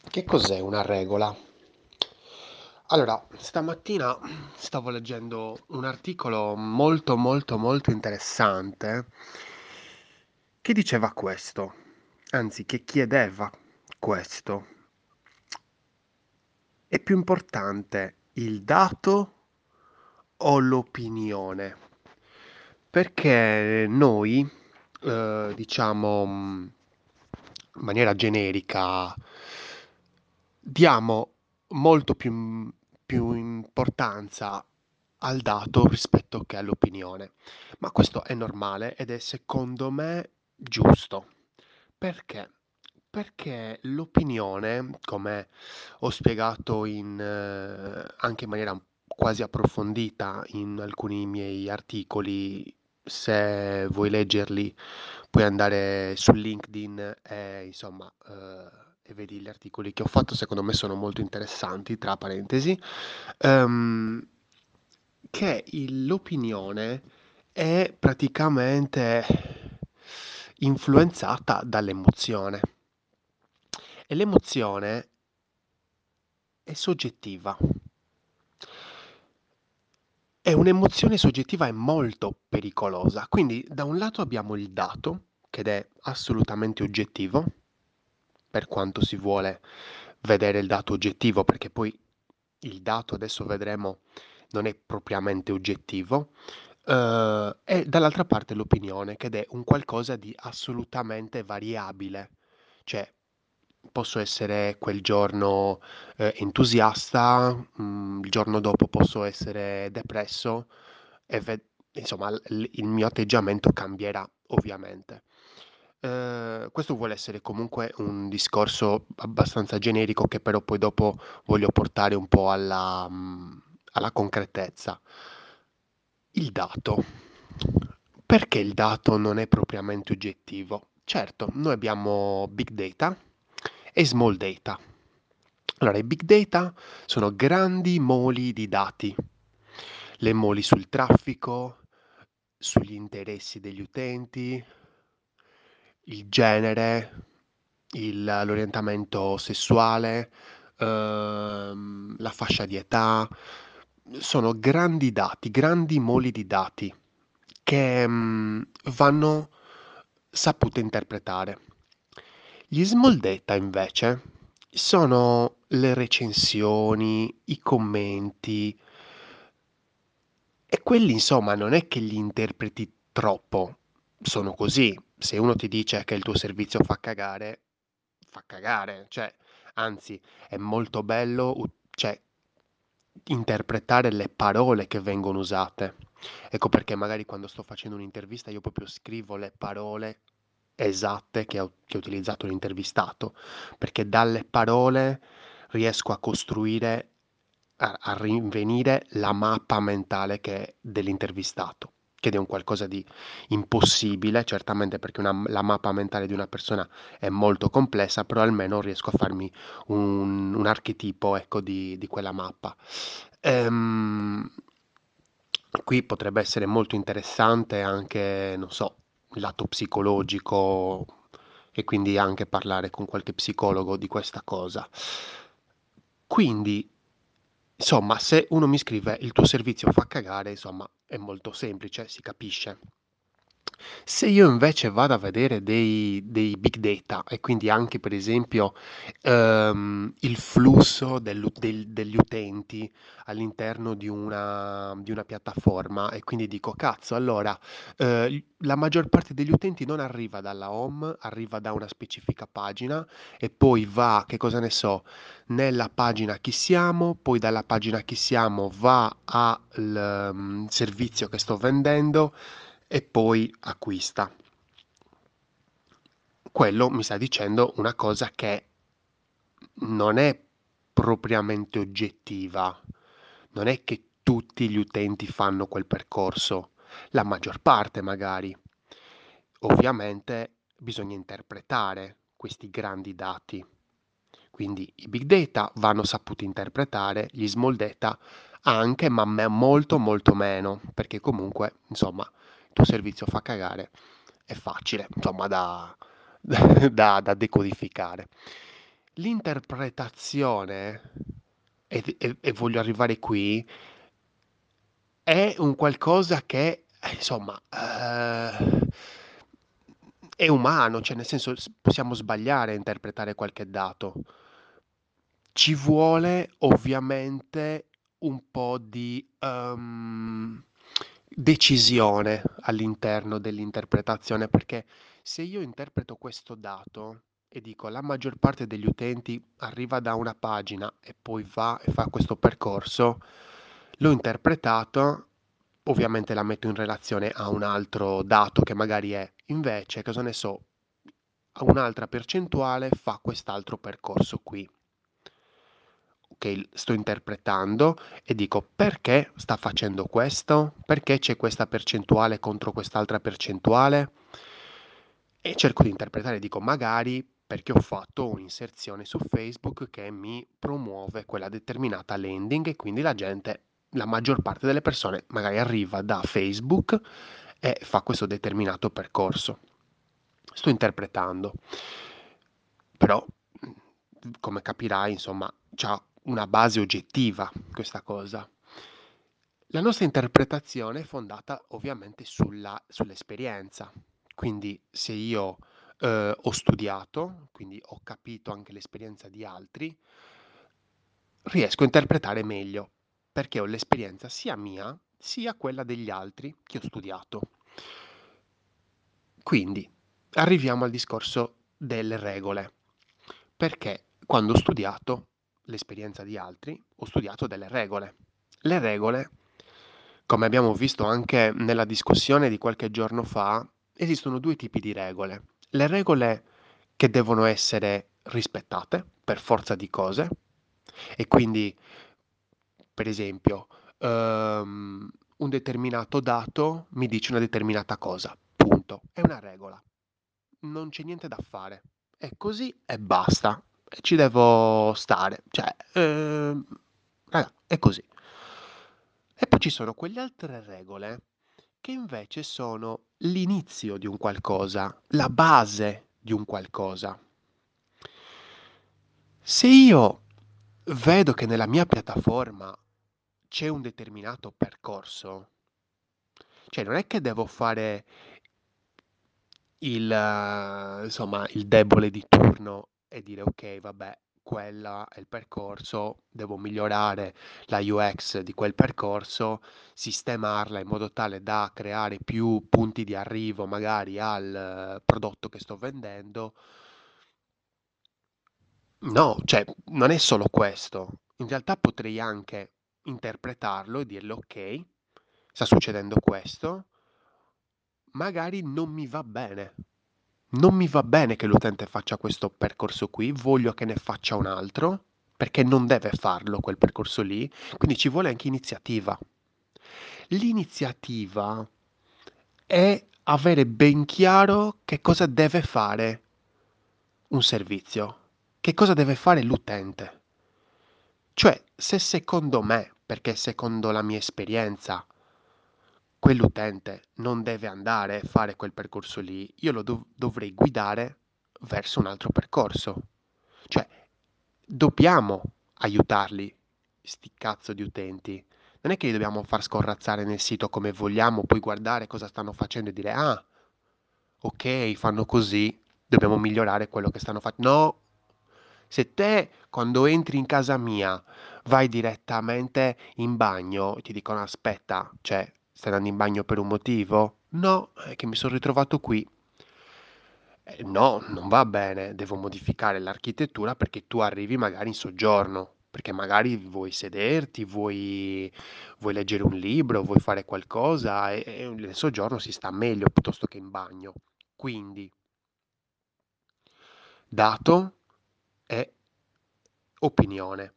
Che cos'è una regola? Allora, stamattina stavo leggendo un articolo molto molto molto interessante che diceva questo, anzi che chiedeva questo. È più importante il dato o l'opinione? Perché noi, diciamo, in maniera generica, diamo molto più importanza al dato rispetto che all'opinione. Ma questo è normale ed è secondo me giusto. Perché? Perché l'opinione, come ho spiegato anche in maniera quasi approfondita in alcuni miei articoli, se vuoi leggerli puoi andare su LinkedIn e insomma e vedi gli articoli che ho fatto, secondo me sono molto interessanti, tra parentesi, ehm, l'opinione è praticamente influenzata dall'emozione e l'emozione è soggettiva. E un'emozione soggettiva è molto pericolosa. Quindi da un lato abbiamo il dato, che è assolutamente oggettivo, per quanto si vuole vedere il dato oggettivo, perché poi il dato, adesso vedremo, non è propriamente oggettivo, e dall'altra parte l'opinione, che è un qualcosa di assolutamente variabile. Cioè, posso essere quel giorno entusiasta, il giorno dopo posso essere depresso e insomma il mio atteggiamento cambierà ovviamente. Questo vuole essere comunque un discorso abbastanza generico che però poi dopo voglio portare un po' alla concretezza. Il dato. Perché il dato non è propriamente oggettivo? Certo, noi abbiamo big data e small data. Allora, i big data sono grandi moli di dati, le moli sul traffico, sugli interessi degli utenti, il genere, l'orientamento sessuale, la fascia di età. Sono grandi dati, grandi moli di dati che vanno sapute interpretare. Gli small data invece sono le recensioni, i commenti e quelli insomma non è che li interpreti troppo, sono così. Se uno ti dice che il tuo servizio fa cagare, cioè, anzi, è molto bello, cioè, interpretare le parole che vengono usate. Ecco perché magari quando sto facendo un'intervista io proprio scrivo le parole esatte che ha utilizzato l'intervistato, perché dalle parole riesco a costruire, a rinvenire la mappa mentale dell'intervistato, che è un qualcosa di impossibile, certamente perché la mappa mentale di una persona è molto complessa, però almeno riesco a farmi un archetipo, ecco, di quella mappa. Ehm, Qui potrebbe essere molto interessante anche, non so, il lato psicologico e quindi anche parlare con qualche psicologo di questa cosa. Quindi, insomma, se uno mi scrive il tuo servizio fa cagare, insomma, è molto semplice, si capisce. Se io invece vado a vedere dei big data e quindi anche per esempio il flusso degli utenti all'interno di una piattaforma e quindi dico cazzo, allora la maggior parte degli utenti non arriva dalla home, arriva da una specifica pagina e poi va, che cosa ne so, nella pagina chi siamo, poi dalla pagina chi siamo va al servizio che sto vendendo e poi acquista. Quello mi sta dicendo una cosa che non è propriamente oggettiva, non è che tutti gli utenti fanno quel percorso, la maggior parte magari. Ovviamente bisogna interpretare questi grandi dati. Quindi i big data vanno saputi interpretare, gli small data anche, ma molto molto meno, perché comunque, insomma, il tuo servizio fa cagare, è facile, insomma, da decodificare. L'interpretazione, e voglio arrivare qui, è un qualcosa che, insomma, è umano, cioè nel senso possiamo sbagliare a interpretare qualche dato. Ci vuole ovviamente un po' di decisione all'interno dell'interpretazione, perché se io interpreto questo dato e dico la maggior parte degli utenti arriva da una pagina e poi va e fa questo percorso, l'ho interpretato, ovviamente la metto in relazione a un altro dato che magari è invece, cosa ne so, a un'altra percentuale fa quest'altro percorso qui. Ok, sto interpretando e dico perché sta facendo questo? Perché c'è questa percentuale contro quest'altra percentuale? E cerco di interpretare, dico magari perché ho fatto un'inserzione su Facebook che mi promuove quella determinata landing e quindi la gente, la maggior parte delle persone magari arriva da Facebook e fa questo determinato percorso. Sto interpretando, però come capirai, insomma, c'ha una base oggettiva questa cosa. La nostra interpretazione è fondata ovviamente sull'esperienza. Quindi se io ho studiato, quindi ho capito anche l'esperienza di altri, riesco a interpretare meglio, perché ho l'esperienza sia mia sia quella degli altri che ho studiato. Quindi arriviamo al discorso delle regole, perché quando ho studiato l'esperienza di altri, ho studiato delle regole. Le regole, come abbiamo visto anche nella discussione di qualche giorno fa, esistono due tipi di regole. Le regole che devono essere rispettate per forza di cose, e quindi, per esempio, un determinato dato mi dice una determinata cosa, punto. È una regola, non c'è niente da fare. È così e basta. E ci devo stare. Cioè, raga, è così. E poi ci sono quelle altre regole che invece sono l'inizio di un qualcosa, la base di un qualcosa. Se io vedo che nella mia piattaforma c'è un determinato percorso, cioè non è che devo fare insomma, il debole di turno e dire ok, vabbè, quella è il percorso, devo migliorare la UX di quel percorso, sistemarla in modo tale da creare più punti di arrivo magari al prodotto che sto vendendo. No, cioè, non è solo questo. In realtà potrei anche interpretarlo e dirle ok, sta succedendo questo, magari non mi va bene. Non mi va bene che l'utente faccia questo percorso qui, voglio che ne faccia un altro, perché non deve farlo quel percorso lì, quindi ci vuole anche iniziativa. L'iniziativa è avere ben chiaro che cosa deve fare un servizio, che cosa deve fare l'utente. Cioè, se secondo me, perché secondo la mia esperienza, quell'utente non deve andare a fare quel percorso lì, io lo dovrei guidare verso un altro percorso. Cioè, dobbiamo aiutarli, sti cazzo di utenti. Non è che li dobbiamo far scorrazzare nel sito come vogliamo, poi guardare cosa stanno facendo e dire, ah, ok, fanno così, dobbiamo migliorare quello che stanno facendo. No, se te quando entri in casa mia vai direttamente in bagno, ti dicono aspetta, cioè stai andando in bagno per un motivo? No, è che mi sono ritrovato qui. No, non va bene, devo modificare l'architettura perché tu arrivi magari in soggiorno, perché magari vuoi sederti, vuoi leggere un libro, vuoi fare qualcosa e nel soggiorno si sta meglio piuttosto che in bagno. Quindi, dato e opinione.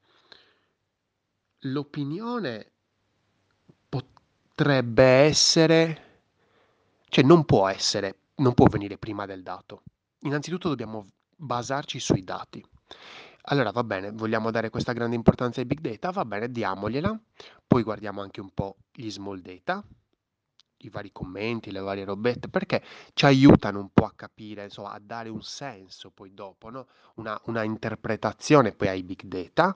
L'opinione potrebbe essere, cioè non può venire prima del dato. Innanzitutto dobbiamo basarci sui dati. Allora, va bene, vogliamo dare questa grande importanza ai big data? Va bene, diamogliela. Poi guardiamo anche un po' gli small data. i vari commenti, le varie robette, perché ci aiutano un po' a capire, insomma, a dare un senso poi dopo, no? Una interpretazione poi ai big data.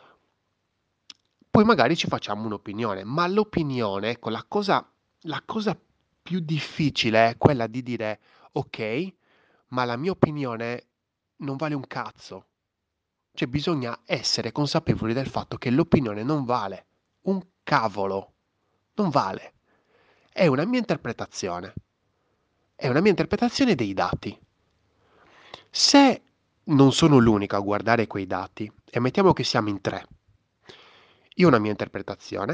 Poi magari ci facciamo un'opinione, ma l'opinione, ecco, la cosa più difficile è quella di dire, ok, ma la mia opinione non vale un cazzo. Cioè bisogna essere consapevoli del fatto che l'opinione non vale un cavolo, non vale. È una mia interpretazione, è una mia interpretazione dei dati. Se non sono l'unico a guardare quei dati, e mettiamo che siamo in tre, io ho una mia interpretazione,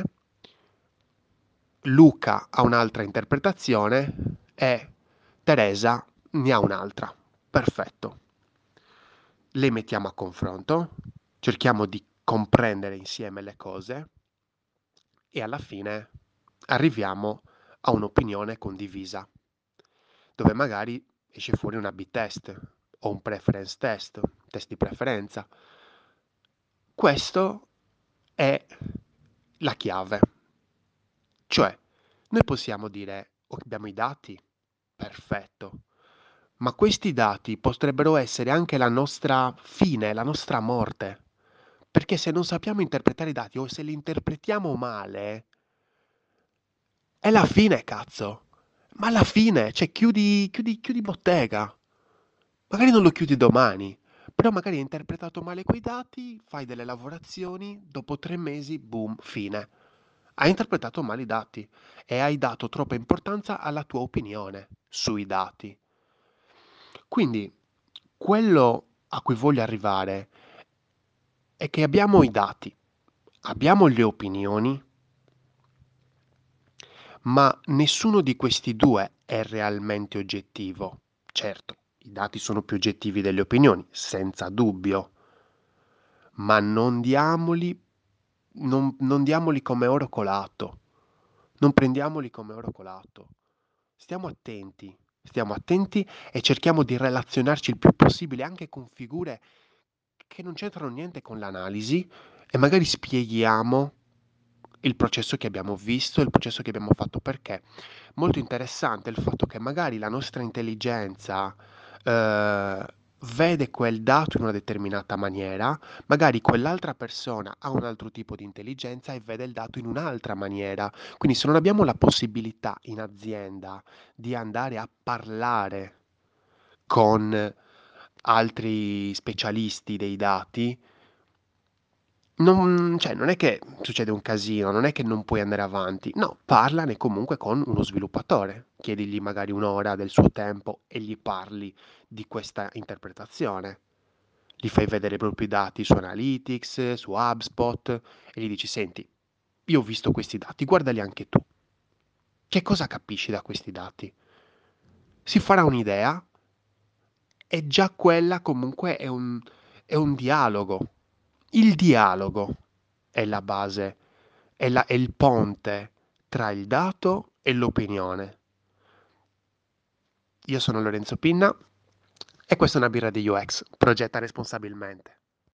Luca ha un'altra interpretazione e Teresa ne ha un'altra. Perfetto. Le mettiamo a confronto, cerchiamo di comprendere insieme le cose e alla fine arriviamo a un'opinione condivisa, dove magari esce fuori una B-test o un preference test, test di preferenza. Questo è la chiave. Cioè, noi possiamo dire, "Oh, abbiamo i dati, perfetto, ma questi dati potrebbero essere anche la nostra fine, la nostra morte, perché se non sappiamo interpretare i dati o se li interpretiamo male, è la fine, cazzo. Ma alla fine, cioè, chiudi bottega. Magari non lo chiudi domani, però magari hai interpretato male quei dati, fai delle lavorazioni, dopo 3 mesi, boom, fine. Hai interpretato male i dati e hai dato troppa importanza alla tua opinione sui dati. Quindi, quello a cui voglio arrivare è che abbiamo i dati, abbiamo le opinioni, ma nessuno di questi due è realmente oggettivo. Certo, i dati sono più oggettivi delle opinioni, senza dubbio, ma non diamoli come oro colato. Non prendiamoli come oro colato. Stiamo attenti e cerchiamo di relazionarci il più possibile anche con figure che non c'entrano niente con l'analisi e magari spieghiamo il processo che abbiamo visto, il processo che abbiamo fatto, perché molto interessante il fatto che magari la nostra intelligenza eh, vede quel dato in una determinata maniera, magari quell'altra persona ha un altro tipo di intelligenza e vede il dato in un'altra maniera. Quindi se non abbiamo la possibilità in azienda di andare a parlare con altri specialisti dei dati, cioè, non è che succede un casino, non è che non puoi andare avanti. No, parlane comunque con uno sviluppatore. Chiedigli magari un'ora del suo tempo e gli parli di questa interpretazione. Gli fai vedere i propri dati su Analytics, su HubSpot e gli dici, senti, io ho visto questi dati, guardali anche tu. Che cosa capisci da questi dati? Si farà un'idea e già quella comunque è un dialogo. Il dialogo è la base, è il ponte tra il dato e l'opinione. Io sono Lorenzo Pinna e questa è una birra di UX, progetta responsabilmente.